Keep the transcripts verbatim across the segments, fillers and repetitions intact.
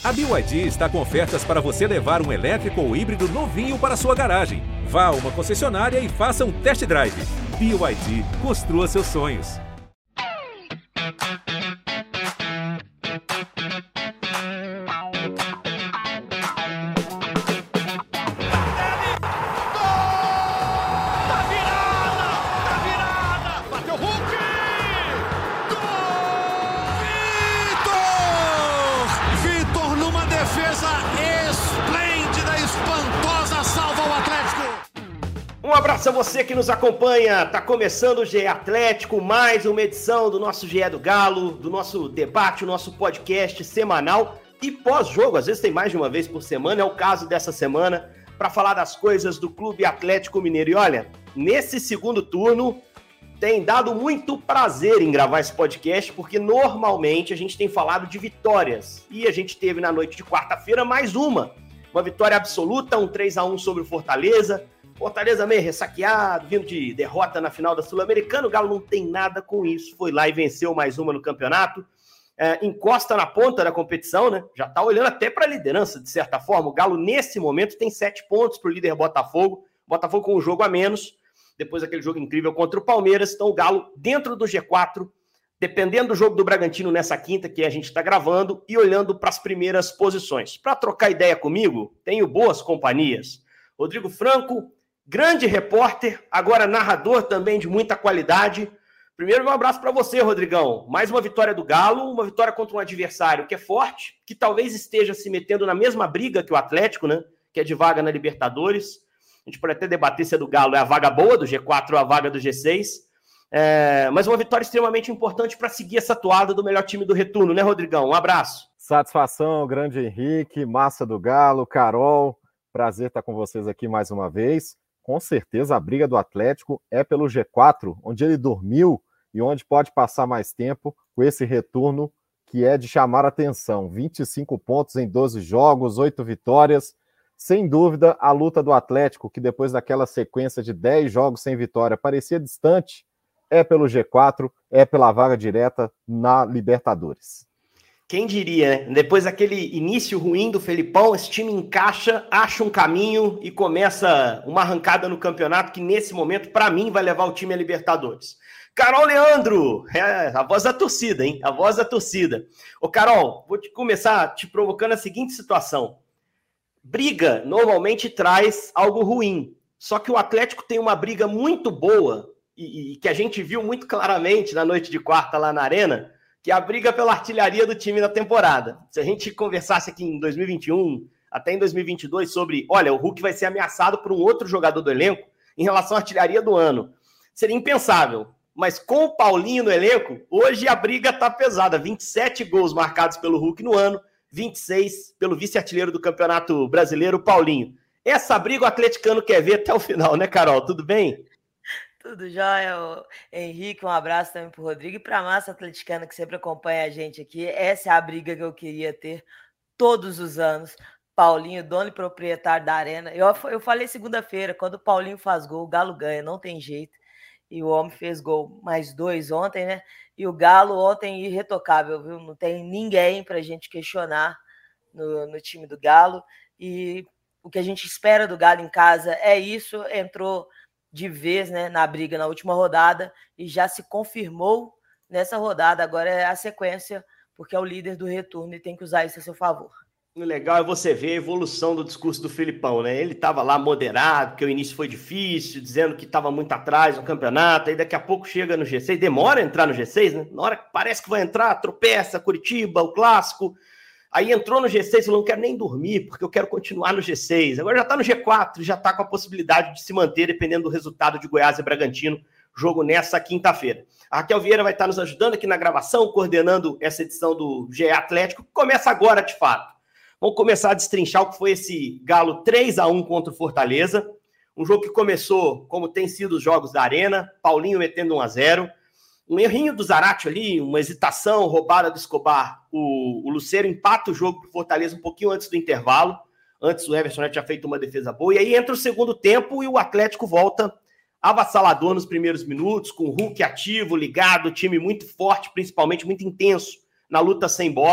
A B Y D está com ofertas para você levar um elétrico ou híbrido novinho para sua garagem. Vá a uma concessionária e faça um test drive. B Y D, construa seus sonhos. Um abraço a você que nos acompanha, tá começando o G E Atlético, mais uma edição do nosso G E do Galo, do nosso debate, o nosso podcast semanal e pós-jogo, às vezes tem mais de uma vez por semana, é o caso dessa semana, para falar das coisas do Clube Atlético Mineiro. E olha, nesse segundo turno tem dado muito prazer em gravar esse podcast, porque normalmente a gente tem falado de vitórias, e a gente teve na noite de quarta-feira mais uma, uma vitória absoluta, um três a um sobre o Fortaleza. Fortaleza meio ressaqueado, vindo de derrota na final da Sul-Americana, o Galo não tem nada com isso, foi lá e venceu mais uma no campeonato, é, encosta na ponta da competição, né? Já tá olhando até para a liderança, de certa forma. O Galo, nesse momento, tem sete pontos para o líder Botafogo, Botafogo com um jogo a menos, depois daquele jogo incrível contra o Palmeiras, então o Galo dentro do G quatro, dependendo do jogo do Bragantino nessa quinta, que a gente está gravando, e olhando para as primeiras posições. Para trocar ideia comigo, tenho boas companhias. Rodrigo Franco, grande repórter, agora narrador também de muita qualidade. Primeiro, um abraço para você, Rodrigão. Mais uma vitória do Galo, uma vitória contra um adversário que é forte, que talvez esteja se metendo na mesma briga que o Atlético, né? Que é de vaga na Libertadores. A gente pode até debater se é do Galo é a vaga boa do G quatro ou a vaga do G seis. É... Mas uma vitória extremamente importante para seguir essa toada do melhor time do retorno, né, Rodrigão? Um abraço. Satisfação, grande Henrique, massa do Galo, Carol. Prazer estar com vocês aqui mais uma vez. Com certeza a briga do Atlético é pelo G quatro, onde ele dormiu e onde pode passar mais tempo com esse retorno que é de chamar a atenção. vinte e cinco pontos em doze jogos, oito vitórias. Sem dúvida, a luta do Atlético, que depois daquela sequência de dez jogos sem vitória parecia distante, é pelo G quatro, é pela vaga direta na Libertadores. Quem diria, né? Depois daquele início ruim do Felipão, esse time encaixa, acha um caminho e começa uma arrancada no campeonato que, nesse momento, para mim, vai levar o time a Libertadores. Carol Leandro, é a voz da torcida, hein? A voz da torcida. Ô, Carol, vou te começar te provocando a seguinte situação. Briga normalmente traz algo ruim, só que o Atlético tem uma briga muito boa e, e que a gente viu muito claramente na noite de quarta lá na Arena, que é a briga pela artilharia do time na temporada. Se a gente conversasse aqui em dois mil e vinte e um, até em dois mil e vinte e dois, sobre, olha, o Hulk vai ser ameaçado por um outro jogador do elenco em relação à artilharia do ano, seria impensável. Mas com o Paulinho no elenco, hoje a briga tá pesada. vinte e sete gols marcados pelo Hulk no ano, vinte e seis pelo vice-artilheiro do Campeonato Brasileiro, Paulinho. Essa briga o atleticano quer ver até o final, né, Carol? Tudo bem? Tudo jóia, Henrique, um abraço também pro Rodrigo e pra massa atleticana que sempre acompanha a gente aqui. Essa é a briga que eu queria ter todos os anos. Paulinho, dono e proprietário da Arena. Eu, eu falei segunda-feira, quando o Paulinho faz gol, o Galo ganha, não tem jeito. E o homem fez gol mais dois ontem, né? E o Galo ontem irretocável, viu? Não tem ninguém pra gente questionar no, no time do Galo. E o que a gente espera do Galo em casa é isso. Entrou de vez, né, na briga na última rodada e já se confirmou nessa rodada. Agora é a sequência, porque é o líder do retorno e tem que usar isso a seu favor. O legal é você ver a evolução do discurso do Felipão, né? Ele estava lá moderado, porque o início foi difícil, dizendo que estava muito atrás no campeonato, aí daqui a pouco chega no G seis, demora a entrar no G seis, né? Na hora que parece que vai entrar, tropeça, Curitiba, o clássico. Aí entrou no G seis e falou, não quero nem dormir, porque eu quero continuar no G seis. Agora já está no G quatro, já está com a possibilidade de se manter, dependendo do resultado de Goiás e Bragantino, jogo nessa quinta-feira. A Raquel Vieira vai estar nos ajudando aqui na gravação, coordenando essa edição do G E Atlético, que começa agora, de fato. Vamos começar a destrinchar o que foi esse Galo três a um contra o Fortaleza. Um jogo que começou, como tem sido os jogos da Arena, Paulinho metendo um a zero. Um errinho do Zarate ali, uma hesitação, roubada do Escobar. O, o Lucero empata o jogo para o Fortaleza um pouquinho antes do intervalo. Antes o Everson tinha feito uma defesa boa. E aí entra o segundo tempo e o Atlético volta avassalador nos primeiros minutos, com o Hulk ativo, ligado, time muito forte, principalmente muito intenso na luta sem bola.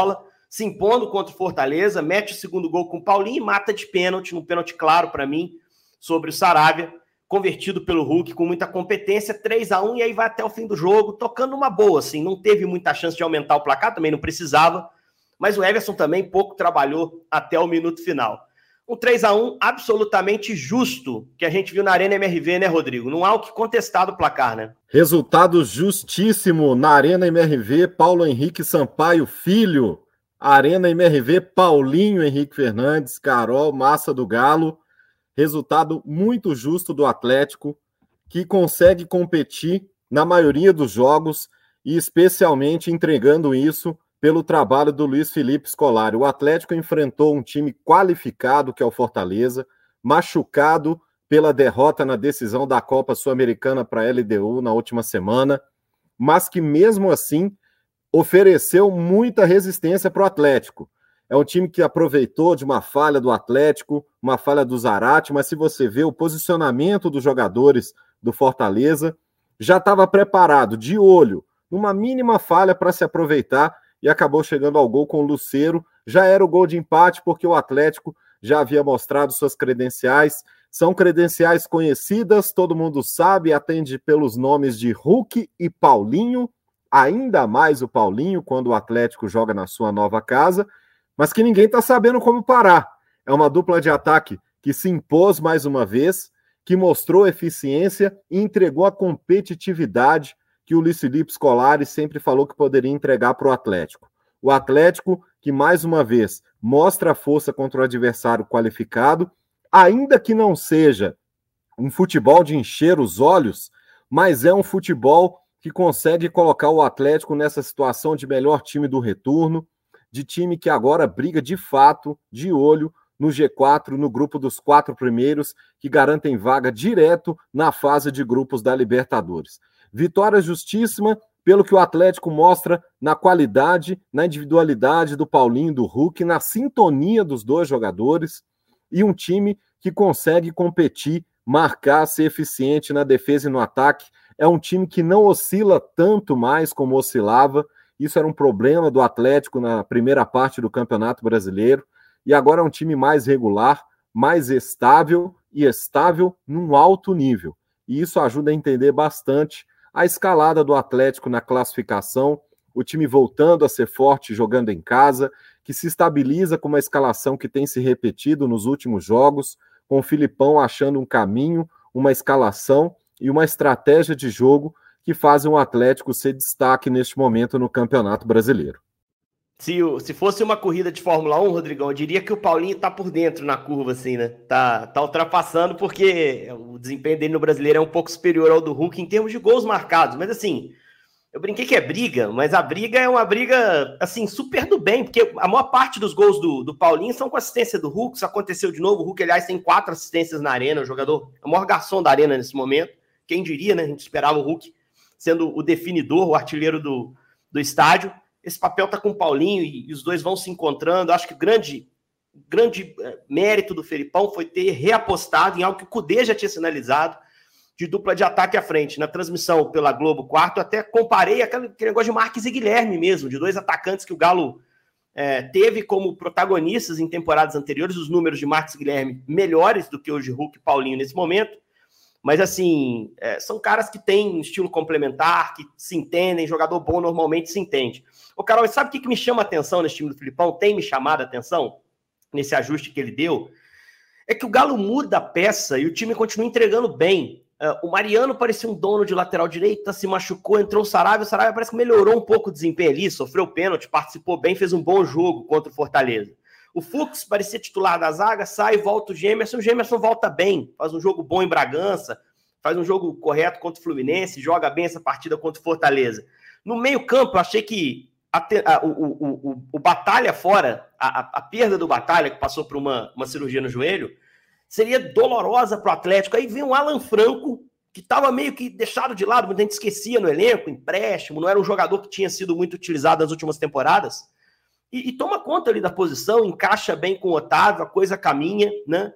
se impondo contra o Fortaleza, mete o segundo gol com o Paulinho e mata de pênalti, um pênalti claro para mim, sobre o Saravia, convertido pelo Hulk com muita competência, três a um, e aí vai até o fim do jogo, tocando uma boa, assim, não teve muita chance de aumentar o placar, também não precisava, mas o Everson também pouco trabalhou até o minuto final. Um três a um absolutamente justo, que a gente viu na Arena M R V, né, Rodrigo? Não há o que contestar do placar, né? Resultado justíssimo na Arena M R V, Paulo Henrique Sampaio Filho, Arena M R V, Paulinho Henrique Fernandes, Carol, Massa do Galo, resultado muito justo do Atlético, que consegue competir na maioria dos jogos e especialmente entregando isso pelo trabalho do Luiz Felipe Scolari. O Atlético enfrentou um time qualificado, que é o Fortaleza, machucado pela derrota na decisão da Copa Sul-Americana para a L D U na última semana, mas que mesmo assim ofereceu muita resistência para o Atlético. É um time que aproveitou de uma falha do Atlético, uma falha do Zarate, mas se você vê o posicionamento dos jogadores do Fortaleza, já estava preparado, de olho, numa mínima falha para se aproveitar, e acabou chegando ao gol com o Lucero. Já era o gol de empate, porque o Atlético já havia mostrado suas credenciais. São credenciais conhecidas, todo mundo sabe, atende pelos nomes de Hulk e Paulinho, ainda mais o Paulinho, quando o Atlético joga na sua nova casa, mas que ninguém está sabendo como parar. É uma dupla de ataque que se impôs mais uma vez, que mostrou eficiência e entregou a competitividade que o Luiz Felipe Scolari sempre falou que poderia entregar para o Atlético. O Atlético, que mais uma vez mostra a força contra o adversário qualificado, ainda que não seja um futebol de encher os olhos, mas é um futebol que consegue colocar o Atlético nessa situação de melhor time do retorno, de time que agora briga de fato, de olho, no G quatro, no grupo dos quatro primeiros, que garantem vaga direto na fase de grupos da Libertadores. Vitória justíssima, pelo que o Atlético mostra na qualidade, na individualidade do Paulinho e do Hulk, na sintonia dos dois jogadores, e um time que consegue competir, marcar, ser eficiente na defesa e no ataque. É um time que não oscila tanto mais como oscilava. Isso era um problema do Atlético na primeira parte do Campeonato Brasileiro, e agora é um time mais regular, mais estável, e estável num alto nível. E isso ajuda a entender bastante a escalada do Atlético na classificação, o time voltando a ser forte jogando em casa, que se estabiliza com uma escalação que tem se repetido nos últimos jogos, com o Filipão achando um caminho, uma escalação e uma estratégia de jogo que fazem o Atlético ser destaque neste momento no Campeonato Brasileiro. Se, se fosse uma corrida de Fórmula um, Rodrigão, eu diria que o Paulinho tá por dentro na curva, assim, né? Tá, tá ultrapassando, porque o desempenho dele no Brasileiro é um pouco superior ao do Hulk em termos de gols marcados. Mas, assim, eu brinquei que é briga, mas a briga é uma briga, assim, super do bem, porque a maior parte dos gols do, do Paulinho são com assistência do Hulk. Isso aconteceu de novo. O Hulk, aliás, tem quatro assistências na arena, o jogador, o maior garçom da arena nesse momento. Quem diria, né? A gente esperava o Hulk sendo o definidor, o artilheiro do, do estádio. Esse papel está com o Paulinho e, e os dois vão se encontrando. Acho que o grande, grande é, mérito do Felipão foi ter reapostado em algo que o Cudê já tinha sinalizado, de dupla de ataque à frente. Na transmissão pela Globo Quarto, até comparei aquele, aquele negócio de Marques e Guilherme mesmo, de dois atacantes que o Galo é, teve como protagonistas em temporadas anteriores, os números de Marques e Guilherme melhores do que os de Hulk e Paulinho nesse momento. Mas, assim, é, são caras que têm um estilo complementar, que se entendem, jogador bom normalmente se entende. Ô, Carol, sabe o que, que me chama a atenção nesse time do Filipão? Tem me chamado a atenção nesse ajuste que ele deu? É que o Galo muda a peça e o time continua entregando bem. Uh, o Mariano parecia um dono de lateral direita, se machucou, entrou o Saravia, o Saravia parece que melhorou um pouco o desempenho ali, sofreu pênalti, participou bem, fez um bom jogo contra o Fortaleza. O Fux parecia titular da zaga, sai, volta o Gemerson, o Gemerson volta bem, faz um jogo bom em Bragança, faz um jogo correto contra o Fluminense, joga bem essa partida contra o Fortaleza. No meio campo, eu achei que a, a, o, o, o, o Batalha fora, a, a, a perda do Batalha, que passou por uma, uma cirurgia no joelho, seria dolorosa para o Atlético. Aí vem o Alan Franco, que estava meio que deixado de lado, muita gente esquecia no elenco, empréstimo, não era um jogador que tinha sido muito utilizado nas últimas temporadas, e, e toma conta ali da posição, encaixa bem com o Otávio, a coisa caminha, né?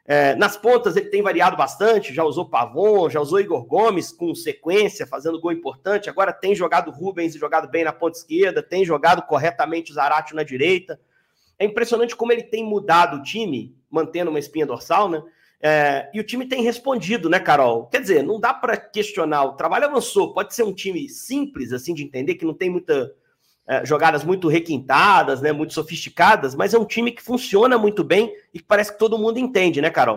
É, nas pontas ele tem variado bastante, já usou Pavon, já usou Igor Gomes com sequência, fazendo gol importante, agora tem jogado Rubens e jogado bem na ponta esquerda, tem jogado corretamente o Zaratio na direita. É impressionante como ele tem mudado o time, mantendo uma espinha dorsal, né? É, e o time tem respondido, né, Carol? Quer dizer, não dá para questionar, o trabalho avançou, pode ser um time simples, assim, de entender, que não tem muita... É, jogadas muito requintadas, né, muito sofisticadas, mas é um time que funciona muito bem e que parece que todo mundo entende, né, Carol?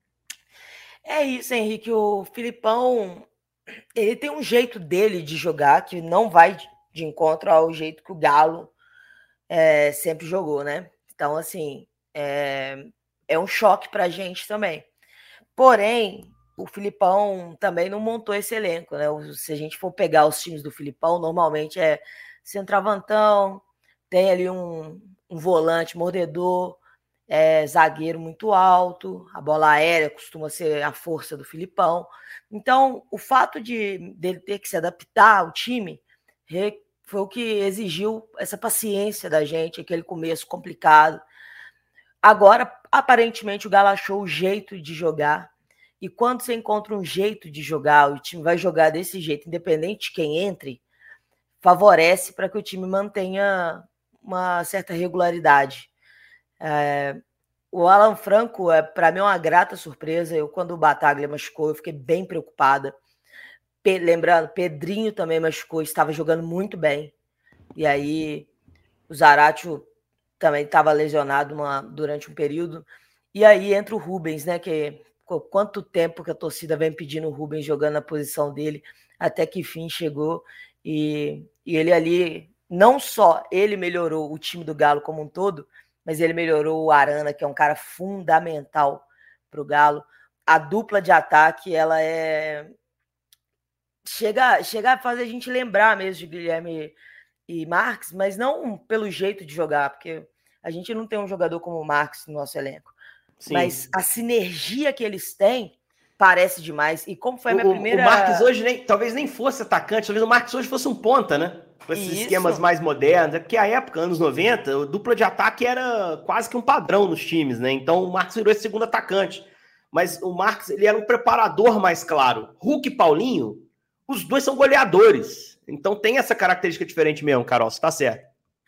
É isso, Henrique. O Filipão, ele tem um jeito dele de jogar que não vai de encontro ao jeito que o Galo é, sempre jogou, né? Então, assim, é, é um choque pra gente também. Porém, o Filipão também não montou esse elenco, né? Se a gente for pegar os times do Filipão, normalmente é centroavantão, tem ali um, um volante mordedor, é, zagueiro muito alto, a bola aérea costuma ser a força do Filipão. Então, o fato de dele ter que se adaptar ao time foi o que exigiu essa paciência da gente, aquele começo complicado. Agora, aparentemente, o Galo achou o jeito de jogar, e quando você encontra um jeito de jogar, o time vai jogar desse jeito, independente de quem entre, favorece para que o time mantenha uma certa regularidade. É, o Alan Franco, é, para mim, é uma grata surpresa. Eu, quando o Bataglia machucou, eu fiquei bem preocupada. Pe- lembrando, Pedrinho também machucou, estava jogando muito bem. E aí, o Zaratio também estava lesionado uma, durante um período. E aí entra o Rubens, né? Que quanto tempo que a torcida vem pedindo o Rubens jogando na posição dele, até que enfim chegou. E, e ele ali, não só ele melhorou o time do Galo como um todo, mas ele melhorou o Arana, que é um cara fundamental para o Galo. A dupla de ataque, ela é... Chega, chega a fazer a gente lembrar mesmo de Guilherme e Marques, mas não pelo jeito de jogar, porque a gente não tem um jogador como o Marques no nosso elenco. Sim. Mas a sinergia que eles têm parece demais. E como foi a minha o, primeira... O Marques hoje nem, talvez nem fosse atacante, talvez o Marques hoje fosse um ponta, né? Com esses Isso. esquemas mais modernos. É porque a época, anos noventa, a dupla de ataque era quase que um padrão nos times, né? Então o Marques virou esse segundo atacante. Mas o Marques, ele era um preparador mais claro. Hulk e Paulinho, os dois são goleadores. Então tem essa característica diferente mesmo, Carol, você tá certo.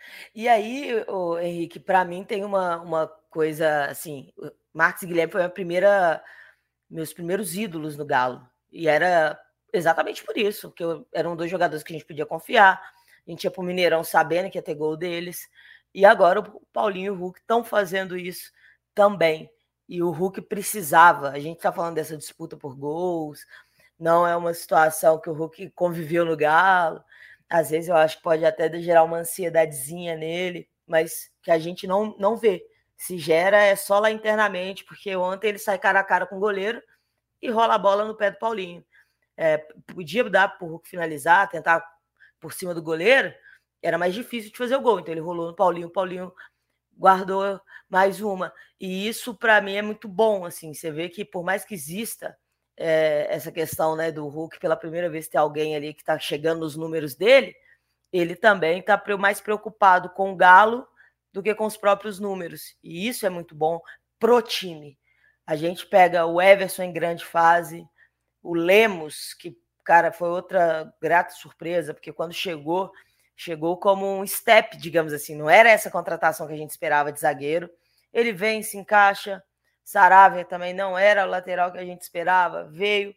E aí, o Henrique, para mim tem uma, uma coisa assim, Marques e Guilherme foi a primeira... meus primeiros ídolos no Galo. E era exatamente por isso, que eu, eram dois jogadores que a gente podia confiar. A gente ia pro Mineirão sabendo que ia ter gol deles. E agora o Paulinho e o Hulk estão fazendo isso também. E o Hulk precisava. A gente está falando dessa disputa por gols. Não é uma situação que o Hulk conviveu no Galo. Às vezes eu acho que pode até gerar uma ansiedadezinha nele, mas que a gente não, não vê. Se gera é só lá internamente, porque ontem ele sai cara a cara com o goleiro e rola a bola no pé do Paulinho. É, podia dar para o Hulk finalizar, tentar por cima do goleiro, era mais difícil de fazer o gol. Então ele rolou no Paulinho, o Paulinho guardou mais uma. E isso, para mim, é muito bom. Assim, você vê que, por mais que exista é, essa questão, né, do Hulk, pela primeira vez ter alguém ali que está chegando nos números dele, ele também está mais preocupado com o Galo do que com os próprios números. E isso é muito bom pro time. A gente pega o Everson em grande fase, o Lemos, que, cara, foi outra grata surpresa, porque quando chegou, chegou como um step, digamos assim. Não era essa contratação que a gente esperava de zagueiro. Ele vem, se encaixa. Saravia também não era o lateral que a gente esperava, veio.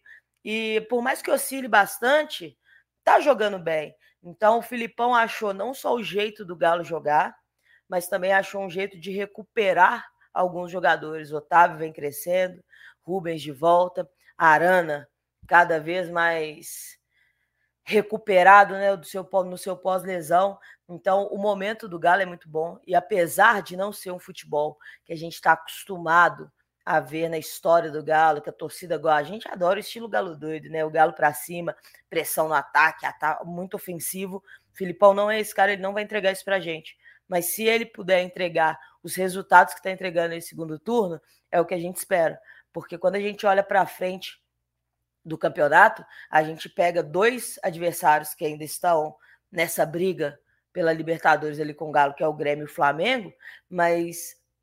E por mais que oscile bastante, tá jogando bem. Então o Filipão achou não só o jeito do Galo jogar, mas também achou um jeito de recuperar alguns jogadores. Otávio vem crescendo, Rubens de volta, Arana cada vez mais recuperado, né, do seu, no seu pós-lesão. Então, o momento do Galo é muito bom. E apesar de não ser um futebol que a gente está acostumado a ver na história do Galo, que a torcida gosta, a gente adora o estilo Galo doido, né? O Galo para cima, pressão no ataque, ataque, muito ofensivo. O Filipão não é esse cara, ele não vai entregar isso pra gente. Mas se ele puder entregar os resultados que está entregando nesse segundo turno, é o que a gente espera. Porque quando a gente olha para frente do campeonato, a gente pega dois adversários que ainda estão nessa briga pela Libertadores ali com o Galo, que é o Grêmio e o Flamengo, mas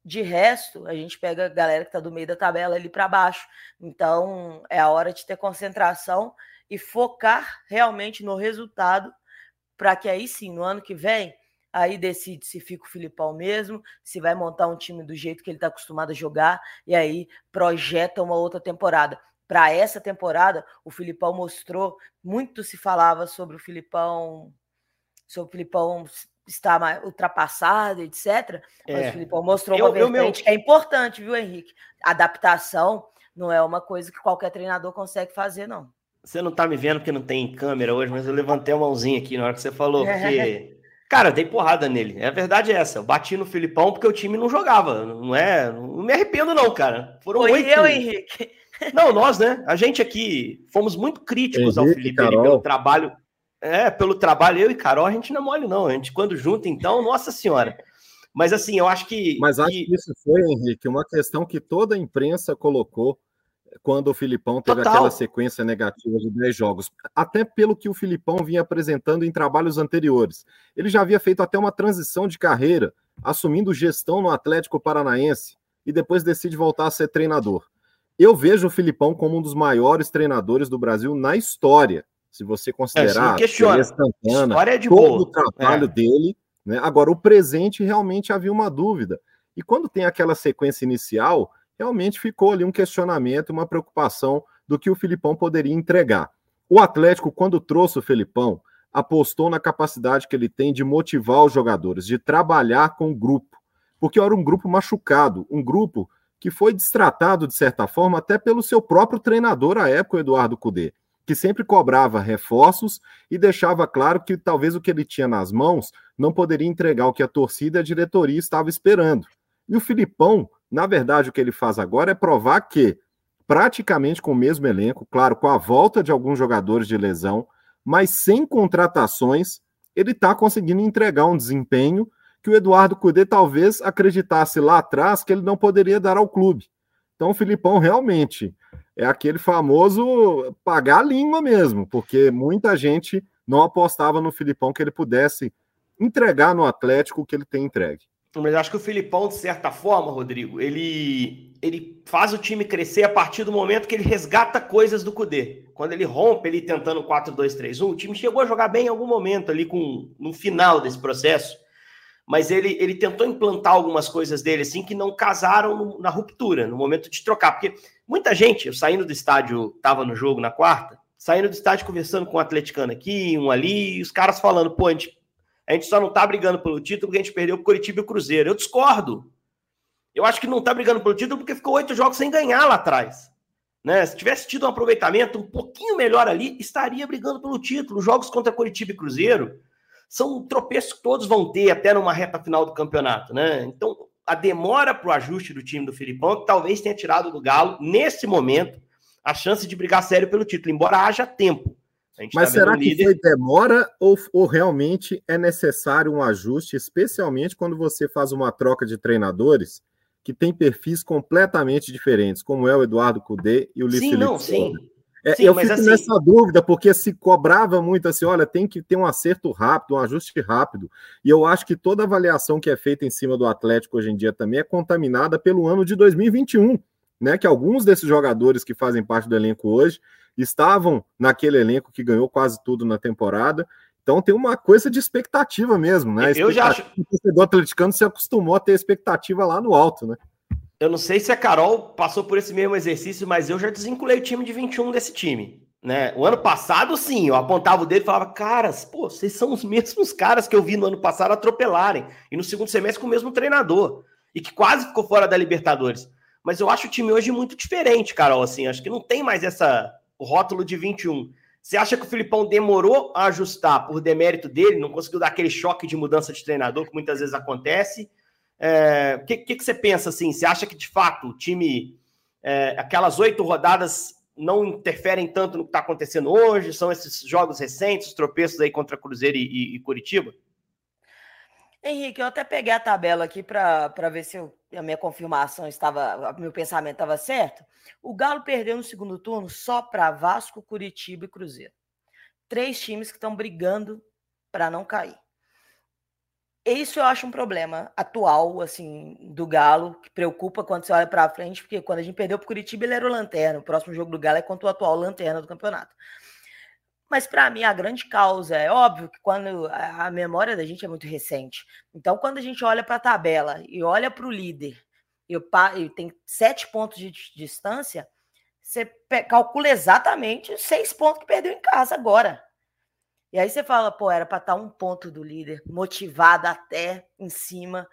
De resto, a gente pega a galera que está do meio da tabela ali para baixo. Então, é a hora de ter concentração e focar realmente no resultado, para que aí sim, no ano que vem, aí decide se fica o Filipão mesmo, se vai montar um time do jeito que ele está acostumado a jogar, e aí projeta uma outra temporada. Para essa temporada, o Filipão mostrou, muito se falava sobre o Filipão, sobre o Filipão estar mais ultrapassado, etcétera. Mas é. o Filipão mostrou uma eu, vertente eu, meu... que é importante, viu, Henrique? Adaptação não é uma coisa que qualquer treinador consegue fazer, não. Você não tá me vendo porque não tem câmera hoje, mas eu levantei a mãozinha aqui na hora que você falou, porque... Cara, eu dei porrada nele. A verdade é essa. Eu bati no Filipão porque o time não jogava. Não é... Não me arrependo, não, cara. Foram Foi oito... eu, Henrique. Não, nós, né? A gente aqui fomos muito críticos Henrique, ao Felipe ali, pelo trabalho... É, pelo trabalho, eu e Carol, a gente não é mole, não. A gente, quando junta, então, nossa senhora. Mas, assim, eu acho que... Mas acho que... que isso foi, Henrique, uma questão que toda a imprensa colocou quando o Filipão teve Total. aquela sequência negativa de dez jogos. Até pelo que o Filipão vinha apresentando em trabalhos anteriores. Ele já havia feito até uma transição de carreira, assumindo gestão no Atlético Paranaense, e depois decide voltar a ser treinador. Eu vejo o Filipão como um dos maiores treinadores do Brasil na história. Se você considerar é, Santana, é de todo boa. o trabalho é. dele, né? Agora, o presente realmente havia uma dúvida. E quando tem aquela sequência inicial, realmente ficou ali um questionamento, uma preocupação do que o Filipão poderia entregar. O Atlético, quando trouxe o Filipão, apostou na capacidade que ele tem de motivar os jogadores, de trabalhar com o grupo. Porque era um grupo machucado, um grupo que foi destratado, de certa forma, até pelo seu próprio treinador à época, o Eduardo Cudê, que sempre cobrava reforços e deixava claro que talvez o que ele tinha nas mãos não poderia entregar o que a torcida e a diretoria estava esperando. E o Filipão, na verdade, o que ele faz agora é provar que, praticamente com o mesmo elenco, claro, com a volta de alguns jogadores de lesão, mas sem contratações, ele está conseguindo entregar um desempenho que o Eduardo Cudê talvez acreditasse lá atrás que ele não poderia dar ao clube. Então o Filipão realmente... é aquele famoso pagar a língua mesmo, porque muita gente não apostava no Filipão que ele pudesse entregar no Atlético o que ele tem entregue. Mas acho que o Filipão, de certa forma, Rodrigo, ele, ele faz o time crescer a partir do momento que ele resgata coisas do Cudê. Quando ele rompe ele tentando quatro dois três um, o time chegou a jogar bem em algum momento ali com, no final desse processo, mas ele, ele tentou implantar algumas coisas dele assim que não casaram no, na ruptura, no momento de trocar, porque muita gente, eu saindo do estádio, estava no jogo na quarta, saindo do estádio conversando com um atleticano aqui, um ali, e os caras falando, pô, a gente, a gente só não tá brigando pelo título porque a gente perdeu pro Coritiba e o Cruzeiro. Eu discordo. Eu acho que não tá brigando pelo título porque ficou oito jogos sem ganhar lá atrás. Né? Se tivesse tido um aproveitamento um pouquinho melhor ali, estaria brigando pelo título. Os jogos contra Coritiba e Cruzeiro são um tropeço que todos vão ter até numa reta final do campeonato, né? Então, a demora para o ajuste do time do Filipão que talvez tenha tirado do Galo, nesse momento, a chance de brigar sério pelo título, embora haja tempo. Mas tá será que líder... foi demora ou, ou realmente é necessário um ajuste, especialmente quando você faz uma troca de treinadores que tem perfis completamente diferentes, como é o Eduardo Cudê e o Luiz Felipe? Sim, não, sim. É, sim eu mas fico assim... nessa dúvida, porque se cobrava muito assim, olha, tem que ter um acerto rápido, um ajuste rápido, e eu acho que toda avaliação que é feita em cima do Atlético hoje em dia também é contaminada pelo ano de dois mil e vinte e um, né, que alguns desses jogadores que fazem parte do elenco hoje estavam naquele elenco que ganhou quase tudo na temporada, então tem uma coisa de expectativa mesmo, né? Eu já acho... O torcedor atleticano se acostumou a ter expectativa lá no alto, né? Eu não sei se a Carol passou por esse mesmo exercício, mas eu já desvinculei o time de vinte e um desse time, né? O ano passado, sim, eu apontava o dedo e falava, caras, pô, vocês são os mesmos caras que eu vi no ano passado atropelarem, e no segundo semestre com o mesmo treinador, e que quase ficou fora da Libertadores. Mas eu acho o time hoje muito diferente, Carol, assim, acho que não tem mais essa, o rótulo de vinte e um. Você acha que o Filipão demorou a ajustar por demérito dele, não conseguiu dar aquele choque de mudança de treinador que muitas vezes acontece? O é, que, que, que você pensa assim? Você acha que de fato o time, é, aquelas oito rodadas não interferem tanto no que está acontecendo hoje? São esses jogos recentes, os tropeços aí contra Cruzeiro e, e, e Coritiba? Henrique, eu até peguei a tabela aqui para ver se eu, a minha confirmação estava, o meu pensamento estava certo. O Galo perdeu no segundo turno só para Vasco, Coritiba e Cruzeiro. Três times que estão brigando para não cair. Isso eu acho um problema atual, assim, do Galo, que preocupa quando você olha para frente, porque quando a gente perdeu para o Curitiba, ele era o lanterna. O próximo jogo do Galo é contra o atual lanterna do campeonato. Mas, para mim, a grande causa é óbvio que quando a memória da gente é muito recente. Então, quando a gente olha para a tabela e olha para o líder e, e tem sete pontos de distância, você calcula exatamente seis pontos que perdeu em casa agora. E aí você fala, pô, era para estar um ponto do líder, motivado até em cima.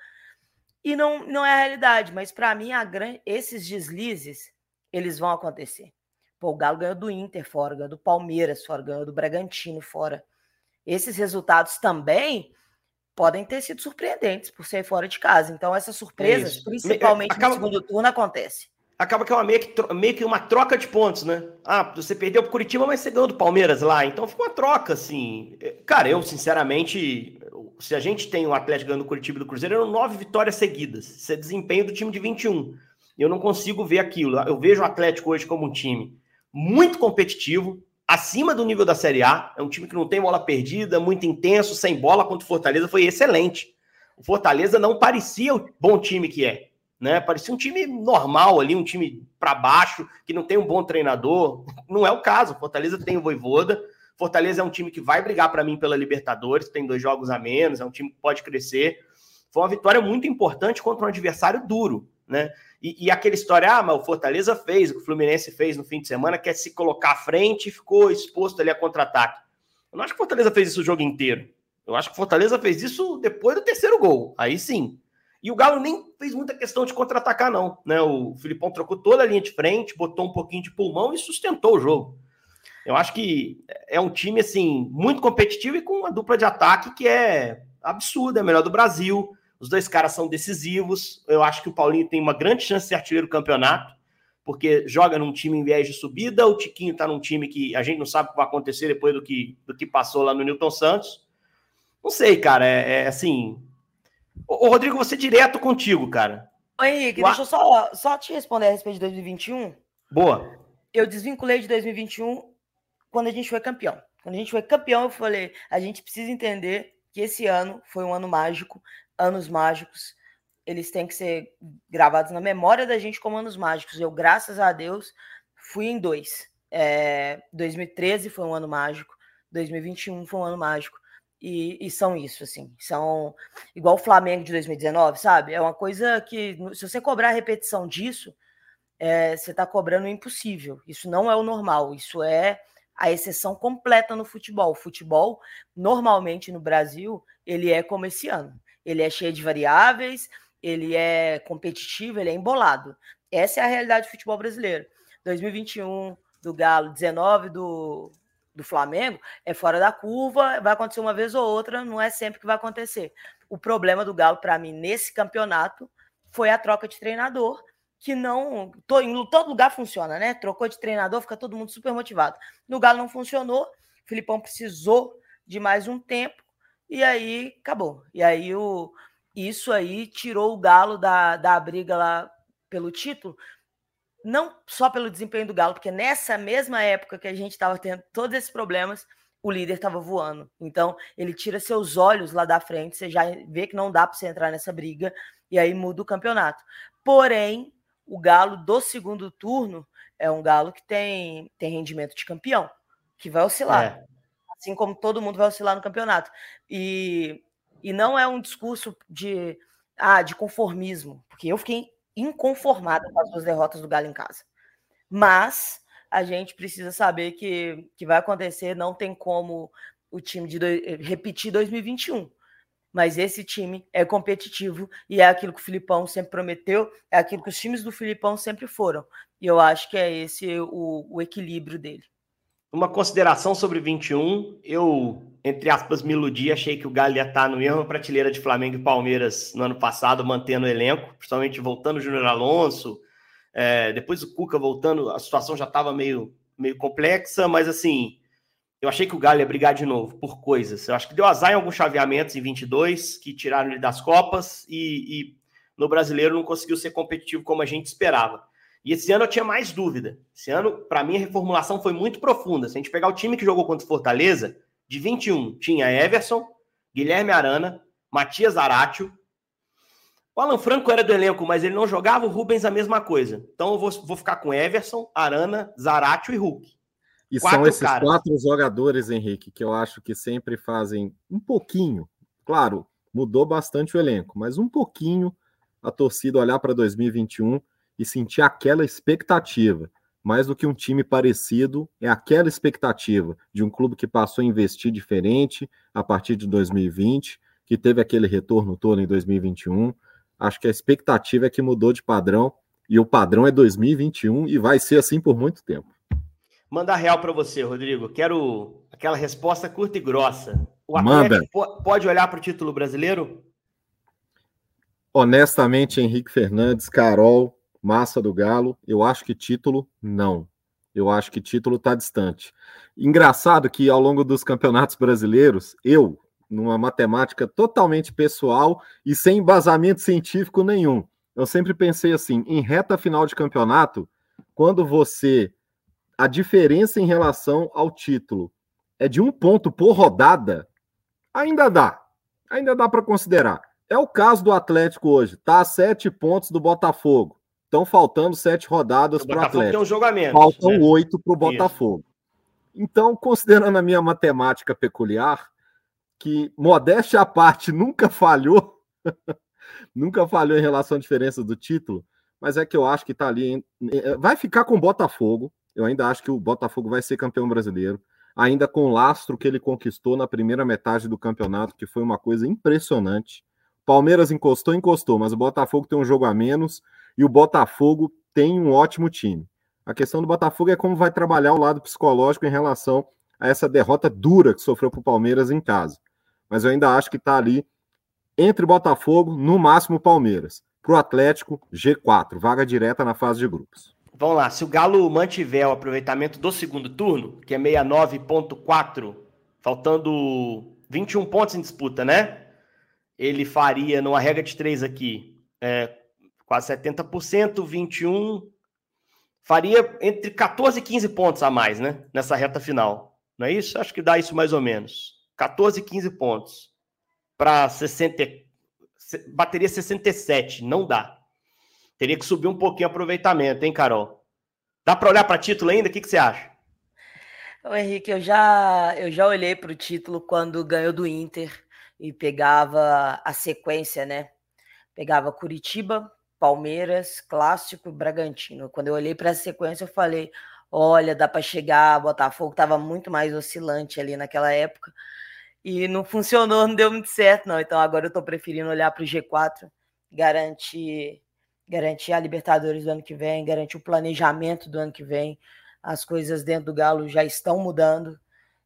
E não, não é a realidade, mas para mim, a gran... esses deslizes, eles vão acontecer. Pô, o Galo ganhou do Inter fora, ganhou do Palmeiras fora, ganhou do Bragantino fora. Esses resultados também podem ter sido surpreendentes por ser fora de casa. Então, essas surpresas, é principalmente Acaba... no segundo turno, acontecem. Acaba que é uma meio, que, meio que uma troca de pontos, né? Ah, você perdeu pro Curitiba, mas você ganhou do Palmeiras lá. Então fica uma troca, assim. Cara, eu, sinceramente, se a gente tem o Atlético ganhando do Curitiba e do Cruzeiro, eram nove vitórias seguidas. Isso é desempenho do time de vinte e um. Eu não consigo ver aquilo. Eu vejo o Atlético hoje como um time muito competitivo, acima do nível da Série A. É um time que não tem bola perdida, muito intenso, sem bola contra o Fortaleza. Foi excelente. O Fortaleza não parecia o bom time que é. Né? Parecia um time normal ali, um time para baixo, que não tem um bom treinador. Não é o caso. Fortaleza tem o Vojvoda. Fortaleza é um time que vai brigar para mim pela Libertadores, tem dois jogos a menos, é um time que pode crescer. Foi uma vitória muito importante contra um adversário duro, né? E, e aquela história, ah, mas o Fortaleza fez, o que o Fluminense fez no fim de semana, quer se colocar à frente e ficou exposto ali a contra-ataque. Eu não acho que o Fortaleza fez isso o jogo inteiro. Eu acho que o Fortaleza fez isso depois do terceiro gol. Aí sim. E o Galo nem fez muita questão de contra-atacar, não. Né? O Filipão trocou toda a linha de frente, botou um pouquinho de pulmão e sustentou o jogo. Eu acho que é um time, assim, muito competitivo e com uma dupla de ataque que é absurda, é a melhor do Brasil. Os dois caras são decisivos. Eu acho que o Paulinho tem uma grande chance de ser artilheiro do campeonato, porque joga num time em viés de subida. O Tiquinho tá num time que a gente não sabe o que vai acontecer depois do que, do que passou lá no Newton Santos. Não sei, cara, é, é assim... Ô, Rodrigo, você direto contigo, cara. Ô, Henrique, o... deixa eu só, só te responder a respeito de dois mil e vinte e um. Boa. Eu desvinculei de dois mil e vinte e um quando a gente foi campeão. Quando a gente foi campeão, eu falei, a gente precisa entender que esse ano foi um ano mágico, anos mágicos, eles têm que ser gravados na memória da gente como anos mágicos. Eu, graças a Deus, fui em dois. É, dois mil e treze foi um ano mágico, dois mil e vinte e um foi um ano mágico. E, e são isso, assim, são igual o Flamengo de dois mil e dezenove, sabe? É uma coisa que, se você cobrar a repetição disso, é, você está cobrando o impossível. Isso não é o normal, isso é a exceção completa no futebol. O futebol, normalmente no Brasil, ele é como esse ano. Ele é cheio de variáveis, ele é competitivo, ele é embolado. Essa é a realidade do futebol brasileiro. dois mil e vinte e um do Galo, dezenove do... do Flamengo, é fora da curva, vai acontecer uma vez ou outra, não é sempre que vai acontecer. O problema do Galo, para mim, nesse campeonato, foi a troca de treinador, que não... Tô, em todo lugar funciona, né? Trocou de treinador, fica todo mundo super motivado. No Galo não funcionou, o Filipão precisou de mais um tempo, e aí acabou. E aí o, isso aí tirou o Galo da, da briga lá pelo título, não só pelo desempenho do Galo, porque nessa mesma época que a gente estava tendo todos esses problemas, o líder estava voando. Então, ele tira seus olhos lá da frente, você já vê que não dá para você entrar nessa briga, e aí muda o campeonato. Porém, o Galo do segundo turno é um Galo que tem, tem rendimento de campeão, que vai oscilar. É. Assim como todo mundo vai oscilar no campeonato. E, e não é um discurso de, ah, de conformismo, porque eu fiquei inconformada com as duas derrotas do Galo em casa. Mas a gente precisa saber que, que vai acontecer, não tem como o time de do, repetir dois mil e vinte e um. Mas esse time é competitivo e é aquilo que o Filipão sempre prometeu, é aquilo que os times do Filipão sempre foram. E eu acho que é esse o, o equilíbrio dele. Uma consideração sobre vinte e um, eu, entre aspas, me iludi, achei que o Galo ia estar no mesmo prateleira de Flamengo e Palmeiras no ano passado, mantendo o elenco, principalmente voltando o Júnior Alonso, é, depois o Cuca voltando, a situação já estava meio, meio complexa, mas assim, eu achei que o Galo ia brigar de novo, por coisas. Eu acho que deu azar em alguns chaveamentos em vinte e dois, que tiraram ele das Copas, e, e no Brasileiro não conseguiu ser competitivo como a gente esperava. E esse ano eu tinha mais dúvida. Esse ano, para mim, a reformulação foi muito profunda. Se a gente pegar o time que jogou contra o Fortaleza, de vinte e um, tinha Everson, Guilherme Arana, Matias Zaratio. O Alan Franco era do elenco, mas ele não jogava, o Rubens a mesma coisa. Então eu vou, vou ficar com Everson, Arana, Zaratio e Hulk. E quatro são esses caras. quatro jogadores, Henrique, que eu acho que sempre fazem um pouquinho, claro, mudou bastante o elenco, mas um pouquinho a torcida olhar para dois mil e vinte e um e sentir aquela expectativa. Mais do que um time parecido, é aquela expectativa de um clube que passou a investir diferente a partir de dois mil e vinte, que teve aquele retorno todo em dois mil e vinte e um. Acho que a expectativa é que mudou de padrão, e o padrão é dois mil e vinte e um e vai ser assim por muito tempo. Manda real para você, Rodrigo. Quero aquela resposta curta e grossa. O Manda. Atlético pode olhar para o título brasileiro? Honestamente, Henrique Fernandes, Carol, massa do Galo, eu acho que título, não. Eu acho que título está distante. Engraçado que ao longo dos campeonatos brasileiros, eu, numa matemática totalmente pessoal e sem embasamento científico nenhum, eu sempre pensei assim, em reta final de campeonato, quando você... a diferença em relação ao título é de um ponto por rodada, ainda dá. Ainda dá para considerar. É o caso do Atlético hoje. Está a sete pontos do Botafogo. Estão faltando sete rodadas para o Atlético. Tem um jogo a menos, faltam né? oito para o Botafogo. Então, considerando a minha matemática peculiar, que modéstia à parte nunca falhou, nunca falhou em relação à diferença do título, mas é que eu acho que está ali... Em... vai ficar com o Botafogo. Eu ainda acho que o Botafogo vai ser campeão brasileiro, ainda com o lastro que ele conquistou na primeira metade do campeonato, que foi uma coisa impressionante. Palmeiras encostou, encostou, mas o Botafogo tem um jogo a menos e o Botafogo tem um ótimo time. A questão do Botafogo é como vai trabalhar o lado psicológico em relação a essa derrota dura que sofreu para o Palmeiras em casa. Mas eu ainda acho que está ali entre Botafogo, no máximo Palmeiras. Para o Atlético, G quatro, vaga direta na fase de grupos. Vamos lá, se o Galo mantiver o aproveitamento do segundo turno, que é sessenta e nove vírgula quatro, faltando vinte e um pontos em disputa, né? Ele faria, numa regra de três aqui, é, quase setenta por cento, vinte e um, faria entre catorze e quinze pontos a mais, né? Nessa reta final. Não é isso? Acho que dá isso mais ou menos. catorze, quinze pontos. Para sessenta, bateria sessenta e sete, não dá. Teria que subir um pouquinho o aproveitamento, hein, Carol? Dá para olhar para título ainda? O que, que você acha? Ô, Henrique, eu já, eu já olhei para o título quando ganhou do Inter e pegava a sequência, né? Pegava Curitiba, Palmeiras, Clássico e Bragantino. Quando eu olhei para a sequência, eu falei, olha, dá para chegar, Botafogo estava muito mais oscilante ali naquela época. E não funcionou, não deu muito certo, não. Então agora eu estou preferindo olhar para o G quatro, garantir... garantir a Libertadores do ano que vem, garantir o planejamento do ano que vem. As coisas dentro do Galo já estão mudando.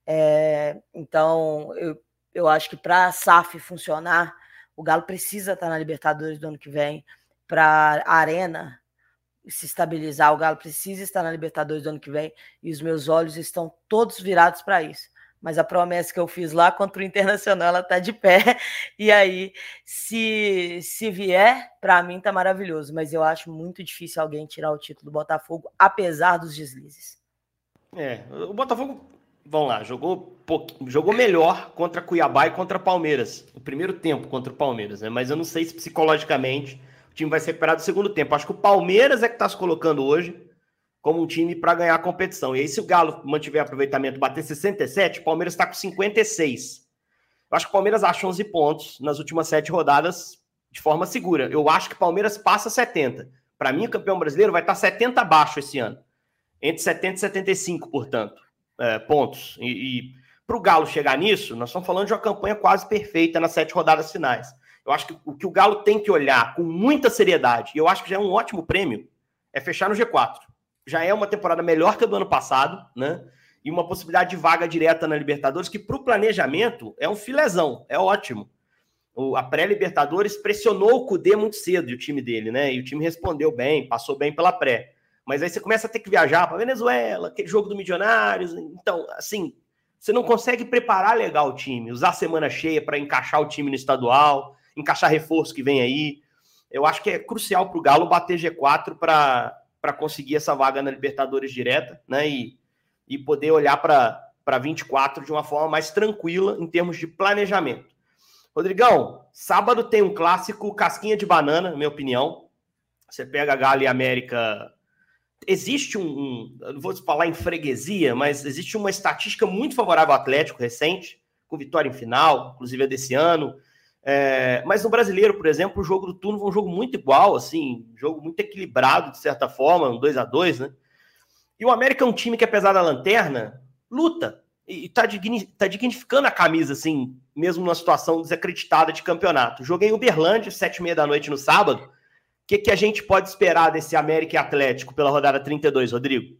É, então, eu, eu acho que para a S A F funcionar, o Galo precisa estar na Libertadores do ano que vem. Para a Arena se estabilizar, o Galo precisa estar na Libertadores do ano que vem. E os meus olhos estão todos virados para isso. Mas a promessa que eu fiz lá contra o Internacional, ela tá de pé. E aí, se, se vier, para mim tá maravilhoso. Mas eu acho muito difícil alguém tirar o título do Botafogo, apesar dos deslizes. É, o Botafogo, vamos lá, jogou, jogou melhor contra Cuiabá e contra Palmeiras. O primeiro tempo contra o Palmeiras, né? Mas eu não sei se psicologicamente o time vai se recuperar do segundo tempo. Acho que o Palmeiras é que tá se colocando hoje como um time para ganhar a competição. E aí, se o Galo mantiver aproveitamento, bater sessenta e sete, o Palmeiras está com cinquenta e seis. Eu acho que o Palmeiras acha onze pontos nas últimas sete rodadas de forma segura. Eu acho que o Palmeiras passa setenta. Para mim, o campeão brasileiro vai estar setenta abaixo esse ano. Entre setenta e setenta e cinco, portanto, é, pontos. E, e para o Galo chegar nisso, nós estamos falando de uma campanha quase perfeita nas sete rodadas finais. Eu acho que o que o Galo tem que olhar com muita seriedade, e eu acho que já é um ótimo prêmio, é fechar no G quatro. Já é uma temporada melhor que a do ano passado, né? E uma possibilidade de vaga direta na Libertadores, que para o planejamento é um filezão, é ótimo. O, a pré-Libertadores pressionou o Cudê muito cedo, o time dele, né? E o time respondeu bem, passou bem pela pré. Mas aí você começa a ter que viajar para Venezuela, aquele jogo do Milionários. Então, assim, você não consegue preparar legal o time, usar a semana cheia para encaixar o time no estadual, encaixar reforço que vem aí. Eu acho que é crucial para o Galo bater G quatro para para conseguir essa vaga na Libertadores direta, né, e, e poder olhar para vinte e quatro de uma forma mais tranquila em termos de planejamento. Rodrigão, sábado tem um clássico casquinha de banana, na minha opinião. Você pega Galo e América. Existe um, um, eu não vou falar em freguesia, mas existe uma estatística muito favorável ao Atlético recente, com vitória em final, inclusive a desse ano. É, mas no Brasileiro, por exemplo, o jogo do turno foi um jogo muito igual, assim, um jogo muito equilibrado, de certa forma, um dois a dois, né? E o América é um time que, apesar da lanterna, luta e tá, digni, tá dignificando a camisa, assim, mesmo numa situação desacreditada de campeonato. Joguei em Uberlândia, sete e meia da noite no sábado. O que, que a gente pode esperar desse América e Atlético pela rodada trinta e dois, Rodrigo?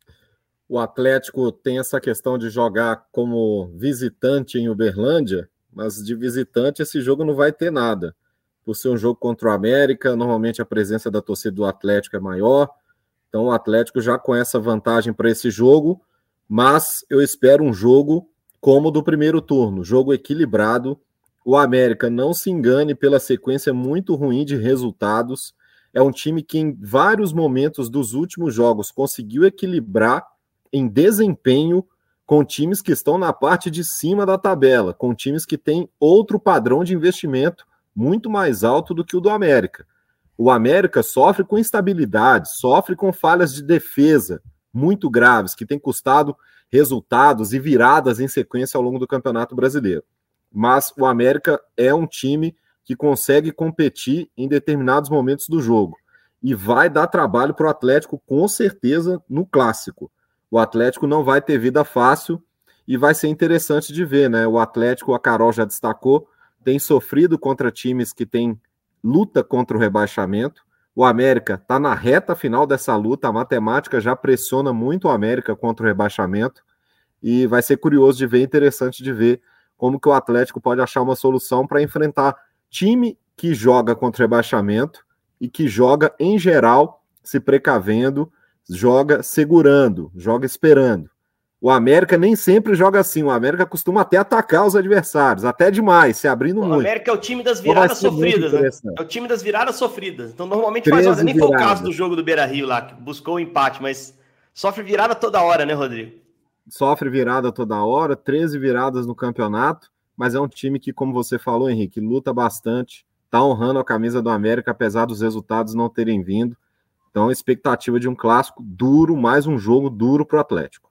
O Atlético tem essa questão de jogar como visitante em Uberlândia, mas de visitante esse jogo não vai ter nada. Por ser um jogo contra o América, normalmente a presença da torcida do Atlético é maior, então o Atlético já com essa vantagem para esse jogo, mas eu espero um jogo como o do primeiro turno, jogo equilibrado. O América, não se engane pela sequência muito ruim de resultados, é um time que em vários momentos dos últimos jogos conseguiu equilibrar em desempenho com times que estão na parte de cima da tabela, com times que têm outro padrão de investimento muito mais alto do que o do América. O América sofre com instabilidade, sofre com falhas de defesa muito graves, que têm custado resultados e viradas em sequência ao longo do Campeonato Brasileiro. Mas o América é um time que consegue competir em determinados momentos do jogo e vai dar trabalho para o Atlético com certeza no Clássico. O Atlético não vai ter vida fácil e vai ser interessante de ver, né? O Atlético, a Carol já destacou, tem sofrido contra times que têm luta contra o rebaixamento. O América está na reta final dessa luta, a matemática já pressiona muito o América contra o rebaixamento e vai ser curioso de ver, interessante de ver como que o Atlético pode achar uma solução para enfrentar time que joga contra o rebaixamento e que joga, em geral, se precavendo, joga segurando, joga esperando. O América nem sempre joga assim, o América costuma até atacar os adversários, até demais, se abrindo o muito. O América é o time das viradas sofridas, né? É o time das viradas sofridas. Então, normalmente faz uma... Nem foi o caso do jogo do Beira-Rio lá, que buscou o empate, mas sofre virada toda hora, né, Rodrigo? Sofre virada toda hora, treze viradas no campeonato, mas é um time que, como você falou, Henrique, luta bastante, tá honrando a camisa do América, apesar dos resultados não terem vindo. Então, a expectativa de um clássico duro, mais um jogo duro para o Atlético.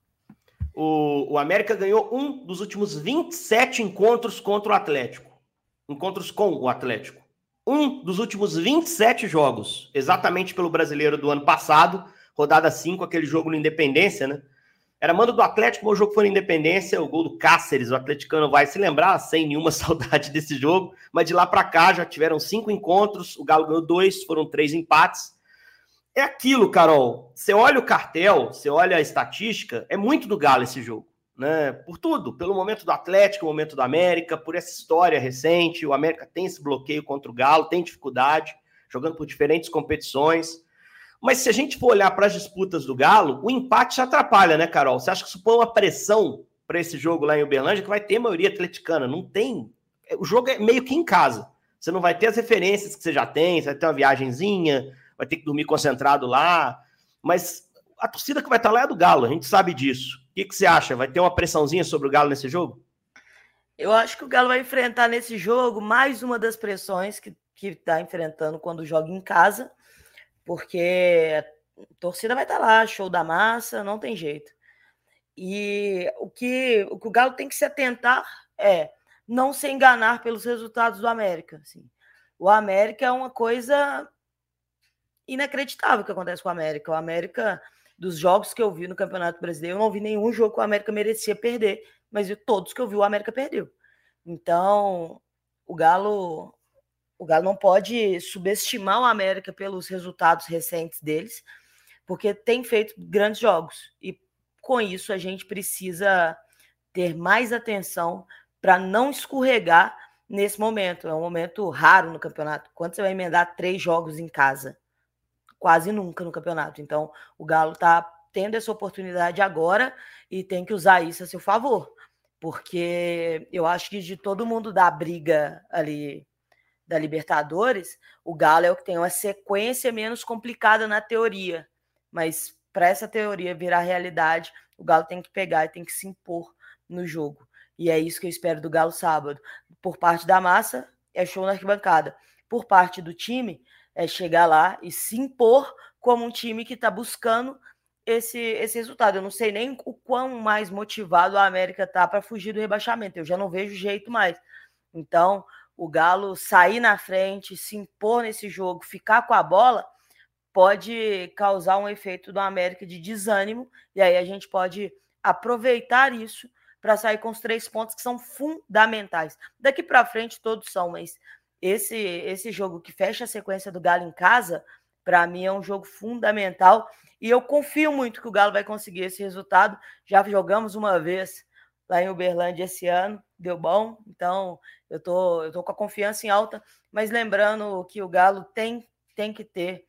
O América ganhou um dos últimos vinte e sete encontros contra o Atlético. Encontros com o Atlético. Um dos últimos vinte e sete jogos, exatamente pelo Brasileiro do ano passado, rodada cinco, aquele jogo no Independência, né? Era mando do Atlético, mas o jogo foi na Independência, o gol do Cáceres, o atleticano vai se lembrar, sem nenhuma saudade desse jogo, mas de lá para cá já tiveram cinco encontros, o Galo ganhou dois, foram três empates. É aquilo, Carol, você olha o cartel, você olha a estatística, é muito do Galo esse jogo, né? Por tudo, pelo momento do Atlético, o momento do América, por essa história recente, o América tem esse bloqueio contra o Galo, tem dificuldade, jogando por diferentes competições. Mas se a gente for olhar para as disputas do Galo, o empate já atrapalha, né, Carol? Você acha que isso põe uma pressão para esse jogo lá em Uberlândia, que vai ter maioria atleticana? Não tem. O jogo é meio que em casa. Você não vai ter as referências que você já tem, você vai ter uma viagenzinha, vai ter que dormir concentrado lá. Mas a torcida que vai estar lá é do Galo, a gente sabe disso. O que, que você acha? Vai ter uma pressãozinha sobre o Galo nesse jogo? Eu acho que o Galo vai enfrentar nesse jogo mais uma das pressões que está enfrentando quando joga em casa, porque a torcida vai estar lá, show da massa, não tem jeito. E o que o, que o Galo tem que se atentar é não se enganar pelos resultados do América. Assim. O América é uma coisa inacreditável que acontece com o América. O América, dos jogos que eu vi no Campeonato Brasileiro, eu não vi nenhum jogo que o América merecia perder, mas de todos que eu vi, o América perdeu. Então, o Galo... O Galo não pode subestimar o América pelos resultados recentes deles, porque tem feito grandes jogos. E com isso a gente precisa ter mais atenção para não escorregar nesse momento. É um momento raro no campeonato. Quando você vai emendar três jogos em casa? Quase nunca no campeonato. Então o Galo está tendo essa oportunidade agora e tem que usar isso a seu favor. Porque eu acho que de todo mundo da briga ali da Libertadores, o Galo é o que tem uma sequência menos complicada na teoria, mas para essa teoria virar realidade, o Galo tem que pegar e tem que se impor no jogo. E é isso que eu espero do Galo sábado. Por parte da massa, é show na arquibancada. Por parte do time, é chegar lá e se impor como um time que está buscando esse, esse resultado. Eu não sei nem o quão mais motivado a América está para fugir do rebaixamento. Eu já não vejo jeito mais. Então, o Galo sair na frente, se impor nesse jogo, ficar com a bola, pode causar um efeito do América de desânimo, e aí a gente pode aproveitar isso para sair com os três pontos que são fundamentais. Daqui para frente todos são, mas esse, esse jogo que fecha a sequência do Galo em casa, para mim é um jogo fundamental, e eu confio muito que o Galo vai conseguir esse resultado. Já jogamos uma vez lá em Uberlândia esse ano, deu bom, então eu tô, eu tô com a confiança em alta, mas lembrando que o Galo tem, tem que ter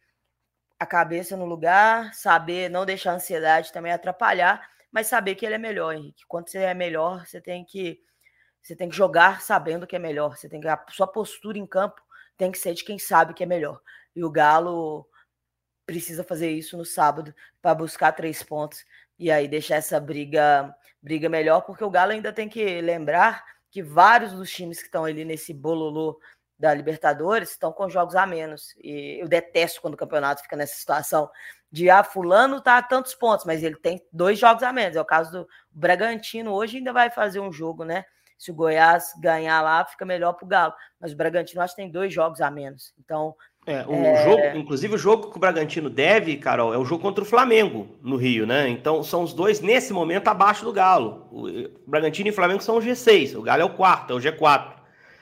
a cabeça no lugar, saber não deixar a ansiedade também atrapalhar, mas saber que ele é melhor, Henrique. Quando você é melhor, você tem que, você tem que jogar sabendo que é melhor, você tem que, a sua postura em campo tem que ser de quem sabe que é melhor. E o Galo precisa fazer isso no sábado para buscar três pontos e aí deixar essa briga, briga melhor, porque o Galo ainda tem que lembrar que vários dos times que estão ali nesse bololô da Libertadores estão com jogos a menos. E eu detesto quando o campeonato fica nessa situação de, ah, fulano tá a tantos pontos, mas ele tem dois jogos a menos. É o caso do Bragantino, hoje ainda vai fazer um jogo, né? Se o Goiás ganhar lá, fica melhor pro Galo. Mas o Bragantino, acho que tem dois jogos a menos. Então... É, o é... jogo, inclusive o jogo que o Bragantino deve, Carol, é o jogo contra o Flamengo no Rio, né? Então são os dois, nesse momento, abaixo do Galo. O Bragantino e o Flamengo são o G seis, o Galo é o quarto, é o G quatro.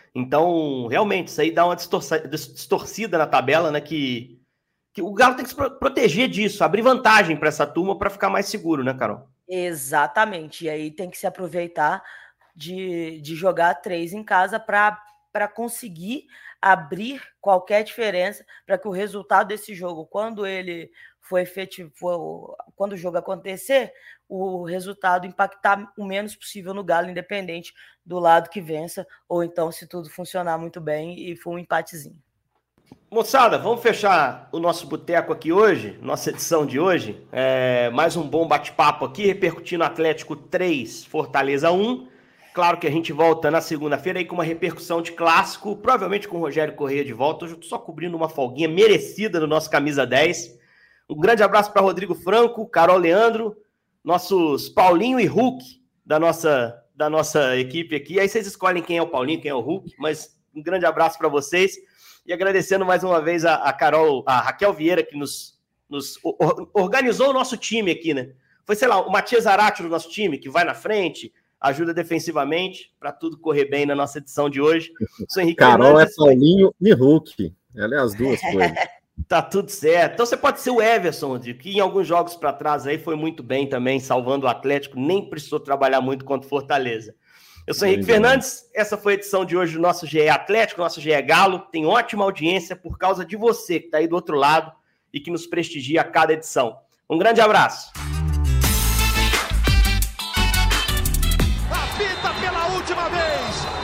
Então, realmente, isso aí dá uma distorcida na tabela, né? Que, que o Galo tem que se proteger disso, abrir vantagem para essa turma para ficar mais seguro, né, Carol? Exatamente. E aí tem que se aproveitar de, de jogar três em casa para conseguir abrir qualquer diferença, para que o resultado desse jogo, quando ele for efetivo, for, quando o jogo acontecer, o resultado impactar o menos possível no Galo, independente do lado que vença, ou então se tudo funcionar muito bem e for um empatezinho. Moçada, vamos fechar o nosso boteco aqui hoje, nossa edição de hoje. É, mais um bom bate-papo aqui, repercutindo Atlético três, Fortaleza um. Claro que a gente volta na segunda-feira aí com uma repercussão de clássico, provavelmente com o Rogério Corrêa de volta. Hoje eu tô só cobrindo uma folguinha merecida do nosso Camisa dez. Um grande abraço para Rodrigo Franco, Carol Leandro, nossos Paulinho e Hulk da nossa, da nossa equipe aqui. Aí vocês escolhem quem é o Paulinho, quem é o Hulk, mas um grande abraço para vocês. E agradecendo mais uma vez a, a Carol, a Raquel Vieira, que nos, nos or, organizou o nosso time aqui, né? Foi, sei lá, o Matias Zarate do nosso time, que vai na frente, ajuda defensivamente, para tudo correr bem na nossa edição de hoje. Sou Henrique Carol Fernandes. É Paulinho e Hulk. Ela é as duas coisas. Tá tudo certo. Então você pode ser o Everson, que em alguns jogos para trás aí foi muito bem também, salvando o Atlético, nem precisou trabalhar muito contra o Fortaleza. Eu sou Henrique Fernandes, essa foi a edição de hoje do nosso G E Atlético, nosso G E Galo. Tem ótima audiência por causa de você que está aí do outro lado e que nos prestigia a cada edição. Um grande abraço. Apita pela última vez.